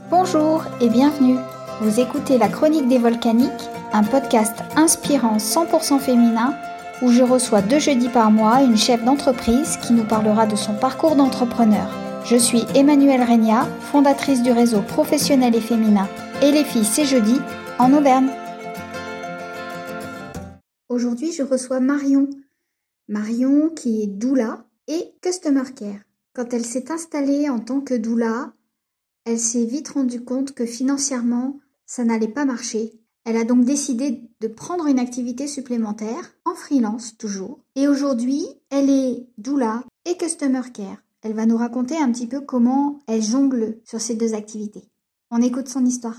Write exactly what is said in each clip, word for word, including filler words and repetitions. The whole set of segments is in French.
Bonjour et bienvenue. Vous écoutez La Chronique des Volcaniques, un podcast inspirant cent pour cent féminin où je reçois deux jeudis par mois une chef d'entreprise qui nous parlera de son parcours d'entrepreneur. Je suis Emmanuelle Regna, fondatrice du réseau professionnel et féminin Et les filles c'est jeudi en Auvergne. Aujourd'hui, je reçois Marion. Marion qui est doula et customer care. Quand elle s'est installée en tant que doula, elle s'est vite rendue compte que financièrement, ça n'allait pas marcher. Elle a donc décidé de prendre une activité supplémentaire, en freelance toujours. Et aujourd'hui, elle est doula et customer care. Elle va nous raconter un petit peu comment elle jongle sur ces deux activités. On écoute son histoire.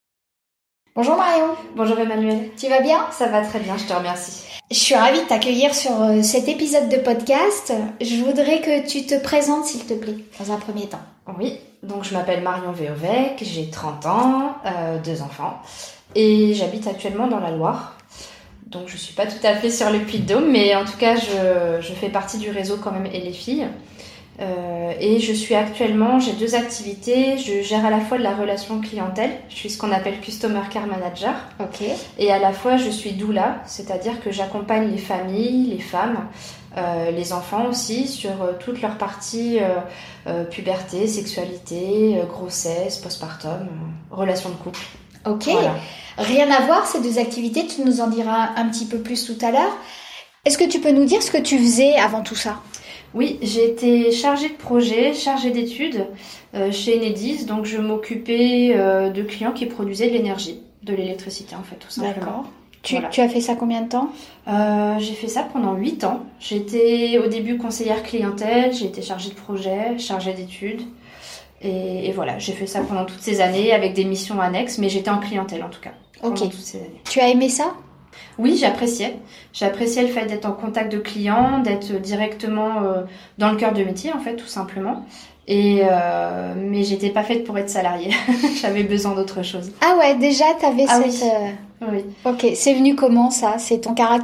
Bonjour Marion. Bonjour Emmanuelle. Tu vas bien ? Ça va très bien, je te remercie. Je suis ravie de t'accueillir sur cet épisode de podcast. Je voudrais que tu te présentes s'il te plaît, dans un premier temps. Oui, donc je m'appelle Marion Véovec, j'ai trente ans, euh, deux enfants et j'habite actuellement dans la Loire. Donc je suis pas tout à fait sur le Puy-de-Dôme, mais en tout cas je, je fais partie du réseau quand même Et les filles. Euh, et je suis actuellement, j'ai deux activités, je gère à la fois de la relation clientèle, je suis ce qu'on appelle Customer Care Manager, Ok. et à la fois je suis doula, c'est-à-dire que j'accompagne les familles, les femmes, euh, les enfants aussi sur euh, toutes leurs parties euh, euh, puberté, sexualité, euh, grossesse, postpartum, euh, relation de couple. Ok. Voilà. Rien à voir ces deux activités, tu nous en diras un petit peu plus tout à l'heure. Est-ce que tu peux nous dire ce que tu faisais avant tout ça ? Oui, j'ai été chargée de projet, chargée d'études euh, chez Enedis, donc je m'occupais euh, de clients qui produisaient de l'énergie, de l'électricité en fait, tout simplement. D'accord. Tu, Voilà. tu as fait ça combien de temps ? euh, J'ai fait ça pendant huit ans. J'étais au début conseillère clientèle, j'ai été chargée de projet, chargée d'études. Et, et voilà, j'ai fait ça pendant toutes ces années avec des missions annexes, mais j'étais en clientèle en tout cas, pendant Ok. toutes ces années. Tu as aimé ça ? Oui, j'appréciais. J'appréciais le fait d'être en contact de clients, d'être directement euh, dans le cœur de métier, en fait, tout simplement. Et euh, mais j'étais pas faite pour être salariée. J'avais besoin d'autre chose. Ah ouais, déjà t'avais Ah cette... oui. euh, Oui. Ok, c'est venu comment ça ? C'est ton caractère ?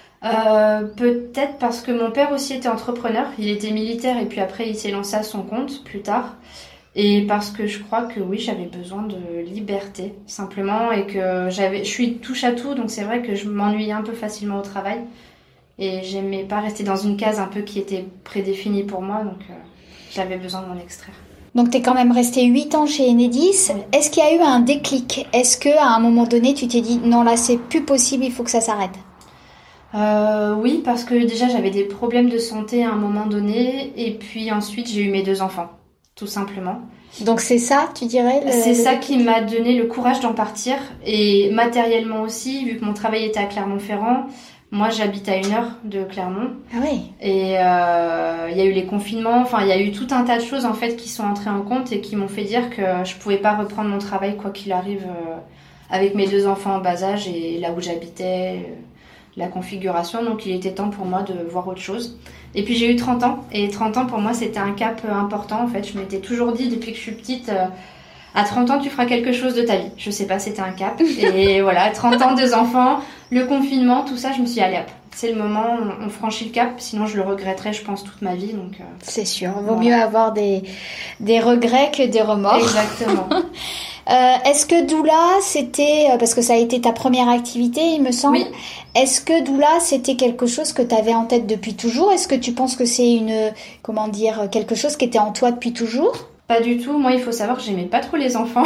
Euh, peut-être parce que mon père aussi était entrepreneur. Il était militaire et puis après il s'est lancé à son compte plus tard. Et parce que je crois que oui, j'avais besoin de liberté simplement et que j'avais, je suis touche à tout, donc c'est vrai que je m'ennuyais un peu facilement au travail et j'aimais pas rester dans une case un peu qui était prédéfinie pour moi, donc euh, j'avais besoin de m'en extraire. Donc t'es quand même resté huit ans chez Enedis. Oui. Est-ce qu'il y a eu un déclic ? Est-ce qu'à un moment donné tu t'es dit non là c'est plus possible, il faut que ça s'arrête ? Euh, oui, parce que déjà j'avais des problèmes de santé à un moment donné et puis ensuite j'ai eu mes deux enfants, tout simplement. Donc c'est ça, tu dirais le, C'est le ça déclic ? qui m'a donné le courage d'en partir et matériellement aussi, vu que mon travail était à Clermont-Ferrand. Moi, j'habite à une heure de Clermont Ah oui. et euh, il y a eu les confinements. Enfin, il y a eu tout un tas de choses en fait qui sont entrées en compte et qui m'ont fait dire que je pouvais pas reprendre mon travail quoi qu'il arrive euh, avec mes deux enfants en bas âge et là où j'habitais, euh, la configuration. Donc, il était temps pour moi de voir autre chose. Et puis j'ai eu trente ans, et trente ans pour moi c'était un cap important en fait. Je m'étais toujours dit depuis que je suis petite, euh, à trente ans tu feras quelque chose de ta vie. Je sais pas, c'était un cap. Et voilà, trente ans, deux enfants, le confinement, tout ça, je me suis dit allez hop, c'est le moment, on, on franchit le cap, sinon je le regretterais je pense toute ma vie. Donc, euh, C'est sûr, vaut voilà. mieux avoir des, des regrets que des remords. Exactement. Euh, est-ce que doula, c'était, parce que ça a été ta première activité, il me semble, Oui. Est-ce que doula, c'était quelque chose que tu avais en tête depuis toujours ? Est-ce que tu penses que c'est une, comment dire, quelque chose qui était en toi depuis toujours ? Pas du tout. Moi, il faut savoir que j'aimais pas trop les enfants.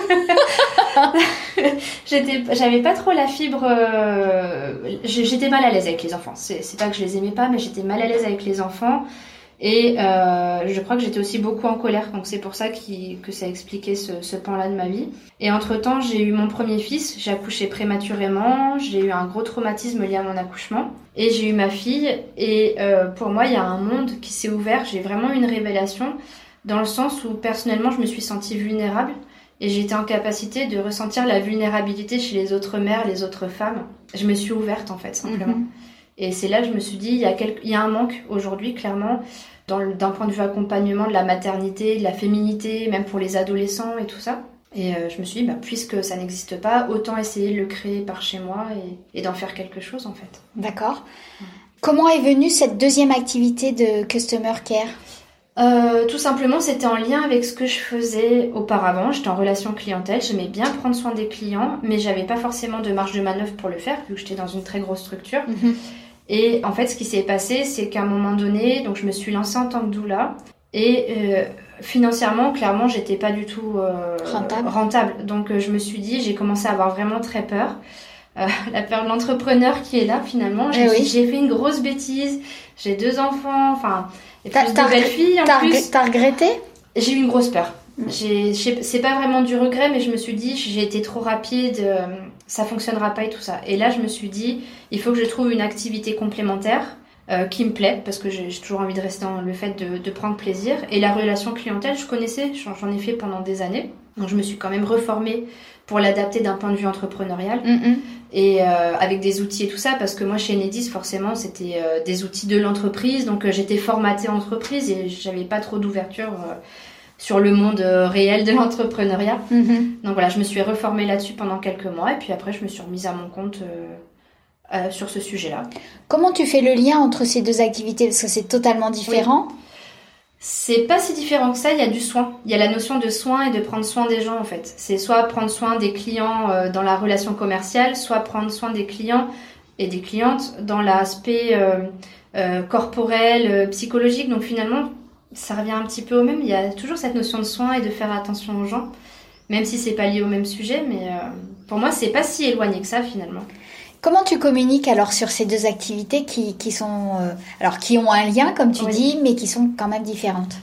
J'étais, j'avais pas trop la fibre. Euh, j'étais mal à l'aise avec les enfants. C'est, c'est pas que je les aimais pas, mais j'étais mal à l'aise avec les enfants. Et euh, je crois que j'étais aussi beaucoup en colère, donc c'est pour ça qui, que ça expliquait ce, ce pan-là de ma vie. Et entre-temps, j'ai eu mon premier fils, j'ai accouché prématurément, j'ai eu un gros traumatisme lié à mon accouchement, et j'ai eu ma fille. Et euh, pour moi, il y a un monde qui s'est ouvert, j'ai vraiment eu une révélation, dans le sens où personnellement, je me suis sentie vulnérable, et j'étais en capacité de ressentir la vulnérabilité chez les autres mères, les autres femmes. Je me suis ouverte en fait, simplement. Mm-hmm. Et c'est là que je me suis dit, il y a, quelque... il y a un manque aujourd'hui, clairement, dans le... d'un point de vue accompagnement de la maternité, de la féminité, même pour les adolescents et tout ça. Et euh, je me suis dit, bah, puisque ça n'existe pas, autant essayer de le créer par chez moi et, et d'en faire quelque chose, en fait. D'accord. Ouais. Comment est venue cette deuxième activité de Customer Care ? Euh, tout simplement, c'était en lien avec ce que je faisais auparavant. J'étais en relation clientèle, j'aimais bien prendre soin des clients, mais j'avais pas forcément de marge de manœuvre pour le faire, vu que j'étais dans une très grosse structure. Mmh. Et en fait, ce qui s'est passé, c'est qu'à un moment donné, donc je me suis lancée en tant que doula, et euh, financièrement, clairement, j'étais pas du tout euh, Rentable. rentable. Donc euh, je me suis dit, j'ai commencé à avoir vraiment très peur. Euh, la peur de l'entrepreneur qui est là finalement. J'ai, Eh oui. j'ai fait une grosse bêtise. J'ai deux enfants, enfin, et T'as, plus t'as, de belles filles en t'as, plus. t'as regretté? J'ai eu une grosse peur. Mm. J'ai, j'ai, c'est pas vraiment du regret, mais je me suis dit, j'ai été trop rapide, euh, ça fonctionnera pas et tout ça. Et là, je me suis dit, il faut que je trouve une activité complémentaire euh, qui me plaît, parce que j'ai, j'ai toujours envie de rester dans le fait de, de prendre plaisir. Et la relation clientèle, je connaissais, j'en, j'en ai fait pendant des années. Donc je me suis quand même reformée pour l'adapter d'un point de vue entrepreneurial. Mm-mm. Et euh, avec des outils et tout ça, parce que moi chez Enedis forcément c'était euh, des outils de l'entreprise, donc euh, j'étais formatée entreprise et j'avais pas trop d'ouverture euh, sur le monde euh, réel de l'entrepreneuriat. Mm-hmm. Donc voilà, je me suis reformée là-dessus pendant quelques mois et puis après je me suis remise à mon compte euh, euh, sur ce sujet-là. Comment tu fais le lien entre ces deux activités? Parce que c'est totalement différent. Oui. C'est pas si différent que ça, il y a du soin. Il y a la notion de soin et de prendre soin des gens en fait. C'est soit prendre soin des clients euh, dans la relation commerciale, soit prendre soin des clients et des clientes dans l'aspect euh, euh, corporel, euh, psychologique. Donc finalement, ça revient un petit peu au même. Il y a toujours cette notion de soin et de faire attention aux gens, même si c'est pas lié au même sujet. Mais euh, pour moi, c'est pas si éloigné que ça finalement. Comment tu communiques alors sur ces deux activités qui, qui sont euh, alors qui ont un lien comme tu Oui. dis, mais qui sont quand même différentes?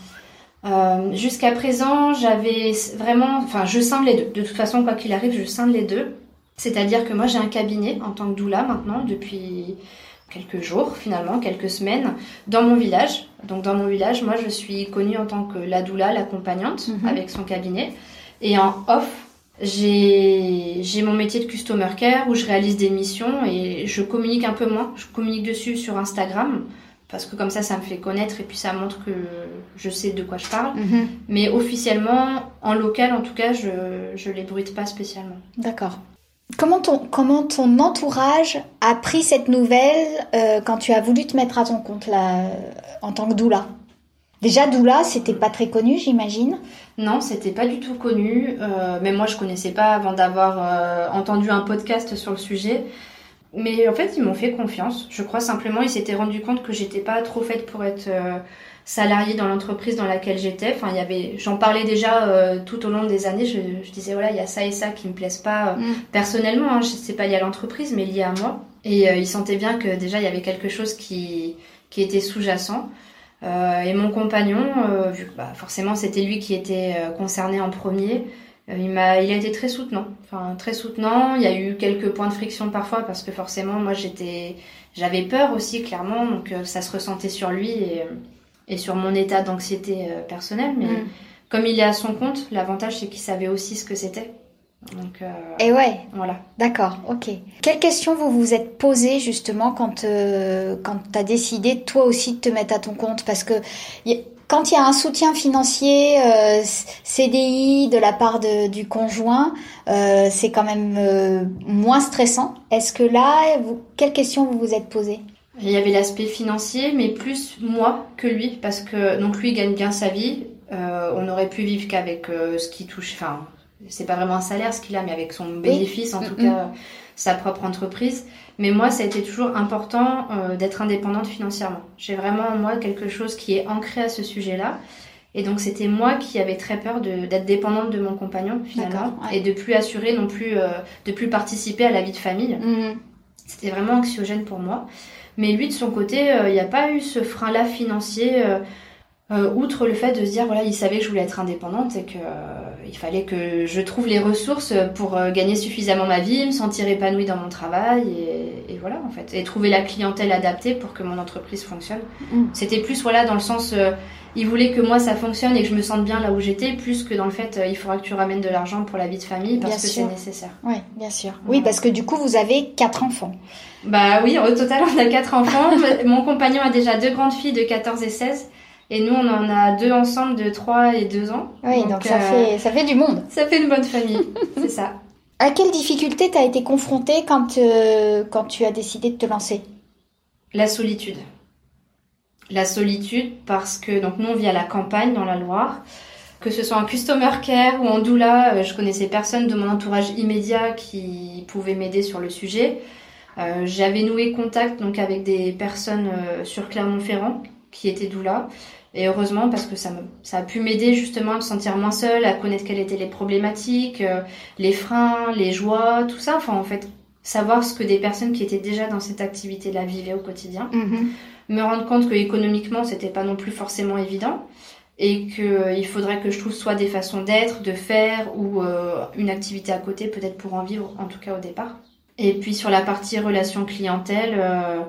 Euh, jusqu'à présent, j'avais vraiment, enfin, je scinde les deux. De toute façon, quoi qu'il arrive, je scinde les deux. C'est-à-dire que moi, j'ai un cabinet en tant que doula maintenant depuis quelques jours, finalement, quelques semaines, dans mon village. Donc, dans mon village, moi, je suis connue en tant que la doula, l'accompagnante, Mhm. avec son cabinet. Et en off, j'ai, j'ai mon métier de customer care où je réalise des missions et je communique un peu moins. Je communique dessus sur Instagram. Parce que comme ça, ça me fait connaître et puis ça montre que je sais de quoi je parle. Mhm. Mais officiellement, en local en tout cas, je je l'ébruite pas spécialement. D'accord. Comment ton, comment ton entourage a pris cette nouvelle euh, quand tu as voulu te mettre à ton compte là, euh, en tant que doula? Déjà, doula, c'était pas très connu, j'imagine. Non, c'était pas du tout connu. Euh, même moi, je connaissais pas avant d'avoir euh, entendu un podcast sur le sujet. Mais en fait, ils m'ont fait confiance. Je crois simplement, ils s'étaient rendus compte que j'étais pas trop faite pour être euh, salariée dans l'entreprise dans laquelle j'étais. Enfin, il y avait, j'en parlais déjà euh, tout au long des années. Je, je disais voilà, il y a ça et ça qui me plaisent pas euh, Mm. personnellement. Hein, c'est pas lié à l'entreprise, mais lié à moi. Et euh, ils sentaient bien que déjà il y avait quelque chose qui qui était sous-jacent. Euh, et mon compagnon, euh, vu que bah, forcément c'était lui qui était euh, concerné en premier. Il m'a, il a été très soutenant, enfin très soutenant. Il y a eu quelques points de friction parfois parce que forcément moi j'étais, j'avais peur aussi clairement, donc euh, ça se ressentait sur lui et, et sur mon état d'anxiété euh, personnelle. Mais Mm. comme il est à son compte, l'avantage c'est qu'il savait aussi ce que c'était. Donc euh, Et ouais, voilà. d'accord, ok. Quelles questions vous vous êtes posées justement quand euh, quand t'as décidé toi aussi de te mettre à ton compte? Parce que y a- quand il y a un soutien financier, euh, C D I de la part de, du conjoint, euh, c'est quand même euh, moins stressant. Est-ce que là, vous, quelles questions vous vous êtes posées? Il y avait l'aspect financier, mais plus moi que lui, parce que donc lui gagne bien sa vie. Euh, on aurait pu vivre qu'avec euh, ce qu'il touche, enfin c'est pas vraiment un salaire ce qu'il a, mais avec son bénéfice, en tout Mm-mm. cas sa propre entreprise. Mais moi, ça a été toujours important euh, d'être indépendante financièrement. J'ai vraiment en moi quelque chose qui est ancré à ce sujet-là. Et donc c'était moi qui avais très peur de, d'être dépendante de mon compagnon finalement, D'accord, ouais. et de plus assurer non plus, euh, de plus participer à la vie de famille. Mhm. C'était vraiment anxiogène pour moi. Mais lui, de son côté, il euh, n'y a pas eu ce frein-là financier, euh, euh, outre le fait de se dire, voilà, il savait que je voulais être indépendante et qu'il euh, fallait que je trouve les ressources pour euh, gagner suffisamment ma vie, me sentir épanouie dans mon travail, et, et voilà, en fait. Et trouver la clientèle adaptée pour que mon entreprise fonctionne. Mm. C'était plus, voilà, dans le sens, euh, il voulait que moi, ça fonctionne et que je me sente bien là où j'étais, plus que dans le fait, euh, il faudra que tu ramènes de l'argent pour la vie de famille, parce Bien que sûr. c'est nécessaire. Oui, bien sûr. Oui, Voilà. parce que du coup, vous avez quatre enfants. Bah oui, au total, on a quatre enfants. Mon compagnon a déjà deux grandes filles de quatorze et seize. Et nous, on en a deux ensemble de trois et deux ans. Oui, donc, ça, euh, fait, ça fait du monde. ça fait une bonne famille, c'est ça. À quelle difficulté t'as été confrontée quand, euh, quand tu as décidé de te lancer? La solitude. La solitude parce que donc nous on vit à la campagne dans la Loire, que ce soit en customer care ou en doula, je connaissais personne de mon entourage immédiat qui pouvait m'aider sur le sujet. Euh, j'avais noué contact donc avec des personnes euh, sur Clermont-Ferrand qui étaient doula. Et heureusement parce que ça, me, ça a pu m'aider justement à me sentir moins seule, à connaître quelles étaient les problématiques, euh, les freins, les joies, tout ça. Enfin en fait, savoir ce que des personnes qui étaient déjà dans cette activité-là vivaient au quotidien. Mm-hmm. Me rendre compte que économiquement c'était pas non plus forcément évident et qu'il euh, faudrait que je trouve soit des façons d'être, de faire ou euh, une activité à côté peut-être pour en vivre, en tout cas au départ. Et puis sur la partie relation clientèle, euh,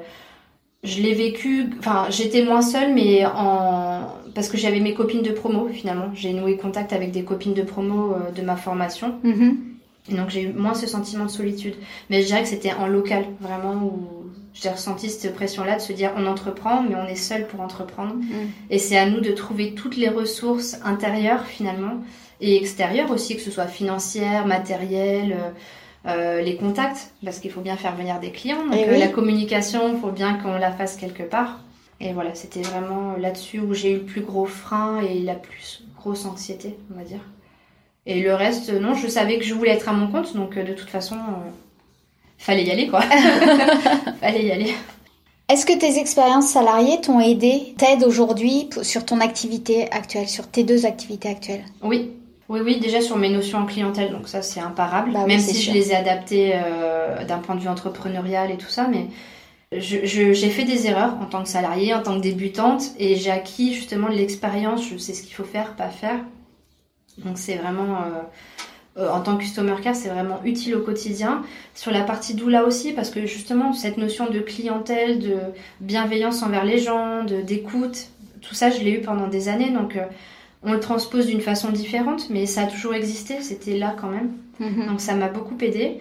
je l'ai vécu, enfin j'étais moins seule mais en parce que j'avais mes copines de promo finalement. J'ai noué contact avec des copines de promo euh, de ma formation. Mm-hmm. Et donc j'ai eu moins ce sentiment de solitude. Mais je dirais que c'était en local vraiment où j'ai ressenti cette pression-là de se dire on entreprend mais on est seul pour entreprendre. Mmh. Et c'est à nous de trouver toutes les ressources intérieures finalement et extérieures aussi, que ce soit financières, matérielles, euh, les contacts, parce qu'il faut bien faire venir des clients. Donc euh, oui. La communication, il faut bien qu'on la fasse quelque part. Et voilà, c'était vraiment là-dessus où j'ai eu le plus gros frein et la plus grosse anxiété, on va dire. Et le reste, non, je savais que je voulais être à mon compte, donc de toute façon... Euh, Fallait y aller, quoi. Fallait y aller. Est-ce que tes expériences salariées t'ont aidé, t'aident aujourd'hui sur ton activité actuelle, sur tes deux activités actuelles ? Oui. Oui, oui, déjà sur mes notions en clientèle, donc ça, c'est imparable. Bah oui, Même c'est si sûr. Je les ai adaptées euh, d'un point de vue entrepreneurial et tout ça, mais je, je, j'ai fait des erreurs en tant que salariée, en tant que débutante, et j'ai acquis justement de l'expérience. Je sais ce qu'il faut faire, pas faire. Donc c'est vraiment... Euh, Euh, en tant que customer care, c'est vraiment utile au quotidien. Sur la partie doula aussi, parce que justement, cette notion de clientèle, de bienveillance envers les gens, de, d'écoute, tout ça, je l'ai eu pendant des années. Donc, euh, on le transpose d'une façon différente, mais ça a toujours existé. C'était là quand même. Mm-hmm. Donc, ça m'a beaucoup aidée.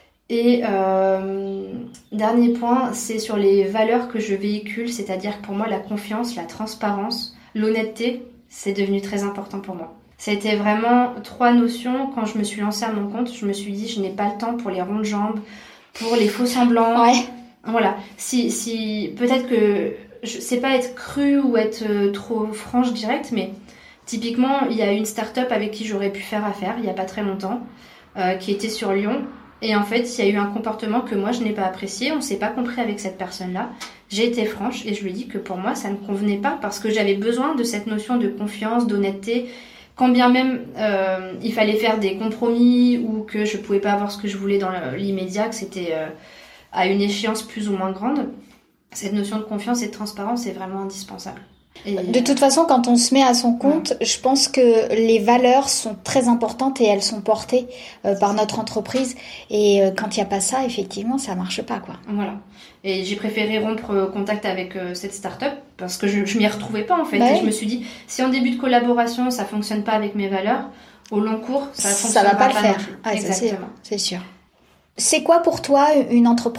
Et euh, dernier point, c'est sur les valeurs que je véhicule. C'est-à-dire que pour moi, la confiance, la transparence, l'honnêteté, c'est devenu très important pour moi. C'était vraiment trois notions. Quand je me suis lancée à mon compte, je me suis dit, je n'ai pas le temps pour les ronds de jambes, pour les faux semblants. Ouais. Voilà. Si, si, peut-être que, je sais pas être crue ou être euh, trop franche, directe, mais typiquement, il y a une start-up avec qui j'aurais pu faire affaire il y a pas très longtemps, euh, qui était sur Lyon. Et en fait, il y a eu un comportement que moi, je n'ai pas apprécié. On s'est pas compris avec cette personne-là. J'ai été franche et je lui ai dit que pour moi, ça ne convenait pas parce que j'avais besoin de cette notion de confiance, d'honnêteté. Quand bien même euh, il fallait faire des compromis ou que je pouvais pas avoir ce que je voulais dans l'immédiat, que c'était euh, à une échéance plus ou moins grande, cette notion de confiance et de transparence est vraiment indispensable. Et, de toute façon, quand on se met à son compte, ouais. Je pense que les valeurs sont très importantes et elles sont portées euh, par notre entreprise. Et euh, quand il n'y a pas ça, effectivement, ça marche pas, quoi. Voilà. Et j'ai préféré rompre contact avec euh, cette start-up parce que je, je m'y retrouvais pas en fait. Ouais. Et je me suis dit, si en début de collaboration, ça fonctionne pas avec mes valeurs, au long cours, ça ça va pas le pas faire. Ah, exactement. C'est, c'est sûr. C'est quoi pour toi une entrepreneur ?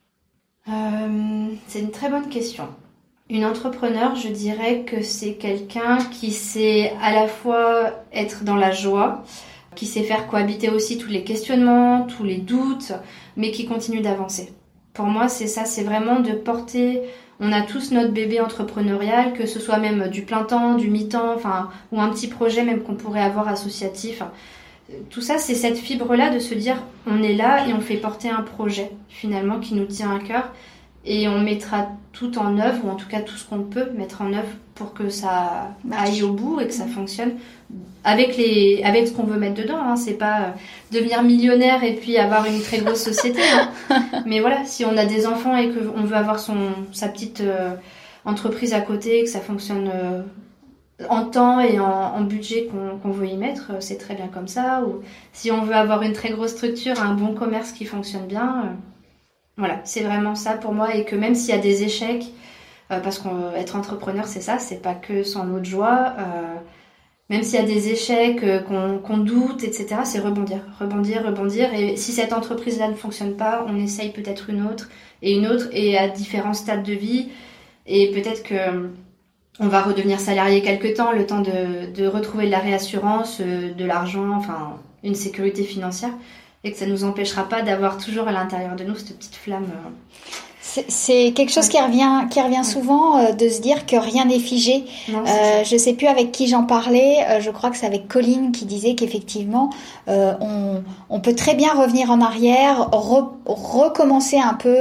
euh, C'est une très bonne question. Une entrepreneur, je dirais que c'est quelqu'un qui sait à la fois être dans la joie, qui sait faire cohabiter aussi tous les questionnements, tous les doutes, mais qui continue d'avancer. Pour moi, c'est ça, c'est vraiment de porter... On a tous notre bébé entrepreneurial, que ce soit même du plein temps, du mi-temps, enfin, ou un petit projet même qu'on pourrait avoir associatif. Tout ça, c'est cette fibre-là de se dire, on est là et on fait porter un projet, finalement, qui nous tient à cœur. Et on mettra tout en œuvre, ou en tout cas tout ce qu'on peut mettre en œuvre pour que ça aille au bout et que ça fonctionne avec, les, avec ce qu'on veut mettre dedans. Hein. C'est pas devenir millionnaire et puis avoir une très grosse société. Hein. Mais voilà, si on a des enfants et qu'on veut avoir son, sa petite euh, entreprise à côté, que ça fonctionne euh, en temps et en, en budget qu'on, qu'on veut y mettre, c'est très bien comme ça. Ou si on veut avoir une très grosse structure, un bon commerce qui fonctionne bien... Euh, Voilà, c'est vraiment ça pour moi et que même s'il y a des échecs, euh, parce qu'être entrepreneur c'est ça, c'est pas que sans lot de joie, euh, même s'il y a des échecs, euh, qu'on, qu'on doute, et cetera, c'est rebondir, rebondir, rebondir. Et si cette entreprise-là ne fonctionne pas, on essaye peut-être une autre et une autre et à différents stades de vie. Et peut-être que on va redevenir salarié quelque temps, le temps de, de retrouver de la réassurance, euh, de l'argent, enfin une sécurité financière. Et que ça ne nous empêchera pas d'avoir toujours à l'intérieur de nous cette petite flamme. Euh, C'est, c'est quelque chose ouais. qui revient, qui revient ouais. souvent euh, de se dire que rien n'est figé. Non, euh, je sais plus avec qui j'en parlais. Euh, je crois que c'est avec Colline qui disait qu'effectivement, euh, on, on peut très bien revenir en arrière, re, recommencer un peu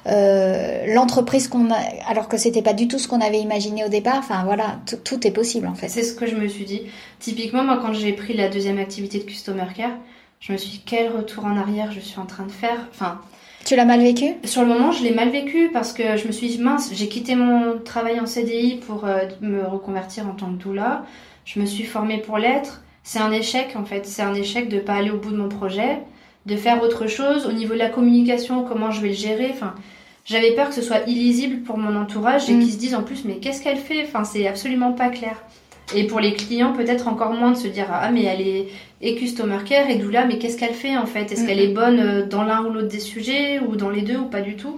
euh, l'entreprise qu'on a, alors que c'était pas du tout ce qu'on avait imaginé au départ. Enfin voilà, t- tout est possible en fait. C'est ce que je me suis dit. Typiquement, moi, quand j'ai pris la deuxième activité de Customer Care, je me suis dit quel retour en arrière je suis en train de faire. Enfin. Tu l'as mal vécu ? Sur le moment, je l'ai mal vécu parce que je me suis dit, mince, j'ai quitté mon travail en C D I pour euh, me reconvertir en tant que doula. Je me suis formée pour l'être. C'est un échec, en fait. C'est un échec de ne pas aller au bout de mon projet, de faire autre chose. Au niveau de la communication, comment je vais le gérer ? Enfin, j'avais peur que ce soit illisible pour mon entourage et mmh. qu'ils se disent en plus, mais qu'est-ce qu'elle fait ? Enfin, c'est absolument pas clair. Et pour les clients, peut-être encore moins de se dire, ah, mais elle est et Customer Care et doula, mais qu'est-ce qu'elle fait en fait ? Est-ce mmh. qu'elle est bonne dans l'un ou l'autre des sujets ou dans les deux ou pas du tout ?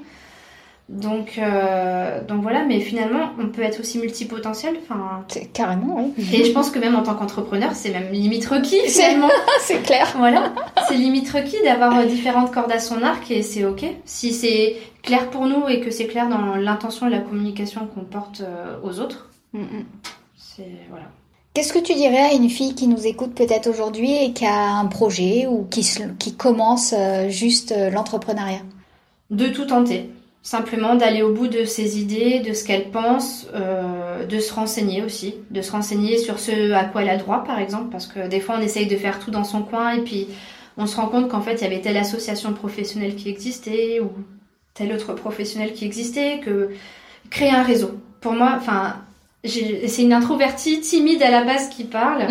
Donc, euh, donc voilà, mais finalement, on peut être aussi multipotentiel. Enfin, c'est carrément, oui. Et je pense que même en tant qu'entrepreneur, c'est même limite requis finalement. C'est, c'est clair. Voilà, c'est limite requis d'avoir différentes cordes à son arc et c'est ok. Si c'est clair pour nous et que c'est clair dans l'intention et la communication qu'on porte aux autres, mmh. c'est voilà. Qu'est-ce que tu dirais à une fille qui nous écoute peut-être aujourd'hui et qui a un projet ou qui, qui commence juste l'entrepreneuriat ? De tout tenter. Simplement d'aller au bout de ses idées, de ce qu'elle pense, euh, de se renseigner aussi. De se renseigner sur ce à quoi elle a droit, par exemple. Parce que des fois, on essaye de faire tout dans son coin et puis on se rend compte qu'en fait, il y avait telle association professionnelle qui existait ou tel autre professionnel qui existait, que créer un réseau. Pour moi, enfin... J'ai, c'est une introvertie timide à la base qui parle.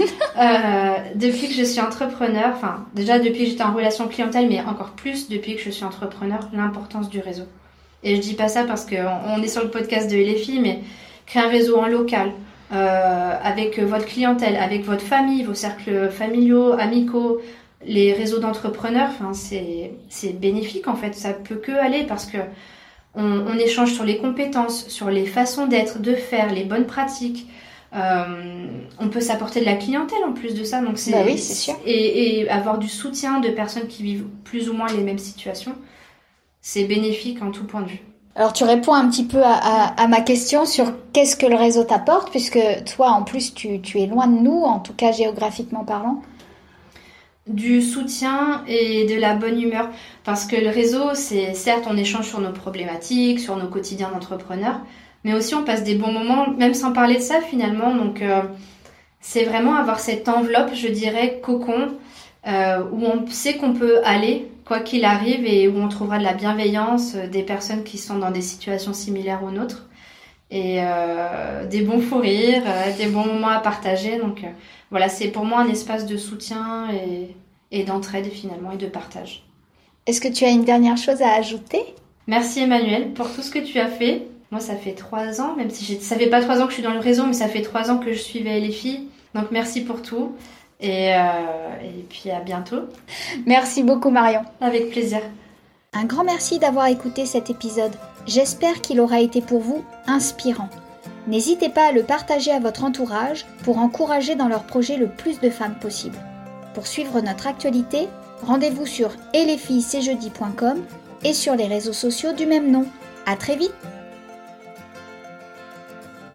euh, depuis que je suis entrepreneur, enfin déjà depuis que j'étais en relation clientèle, mais encore plus depuis que je suis entrepreneur, l'importance du réseau. Et je dis pas ça parce qu'on on est sur le podcast de L F I, mais créer un réseau en local, euh, avec votre clientèle, avec votre famille, vos cercles familiaux, amicaux, les réseaux d'entrepreneurs, enfin c'est, c'est bénéfique en fait, ça peut que aller parce que On, on échange sur les compétences, sur les façons d'être, de faire, les bonnes pratiques. Euh, on peut s'apporter de la clientèle en plus de ça. Donc c'est, bah oui, c'est sûr. Et, et avoir du soutien de personnes qui vivent plus ou moins les mêmes situations, c'est bénéfique en tout point de vue. Alors tu réponds un petit peu à, à, à ma question sur qu'est-ce que le réseau t'apporte, puisque toi en plus tu, tu es loin de nous, en tout cas géographiquement parlant. Du soutien et de la bonne humeur. Parce que le réseau, c'est certes, on échange sur nos problématiques, sur nos quotidiens d'entrepreneurs, mais aussi on passe des bons moments, même sans parler de ça finalement. Donc, euh, c'est vraiment avoir cette enveloppe, je dirais, cocon, euh, où on sait qu'on peut aller, quoi qu'il arrive, et où on trouvera de la bienveillance, des personnes qui sont dans des situations similaires aux nôtres, et euh, des bons fous rires, euh, des bons moments à partager. Donc, euh, voilà, c'est pour moi un espace de soutien et, et d'entraide finalement et de partage. Est-ce que tu as une dernière chose à ajouter ? Merci Emmanuelle pour tout ce que tu as fait. Moi, ça fait trois ans, même si j'ai... ça fait pas trois ans que je suis dans le réseau, mais ça fait trois ans que je suivais les filles. Donc merci pour tout et, euh, et puis à bientôt. Merci beaucoup Marion. Avec plaisir. Un grand merci d'avoir écouté cet épisode. J'espère qu'il aura été pour vous inspirant. N'hésitez pas à le partager à votre entourage pour encourager dans leur projet le plus de femmes possible. Pour suivre notre actualité, rendez-vous sur et les filles c'est jeudi point com et sur les réseaux sociaux du même nom. À très vite!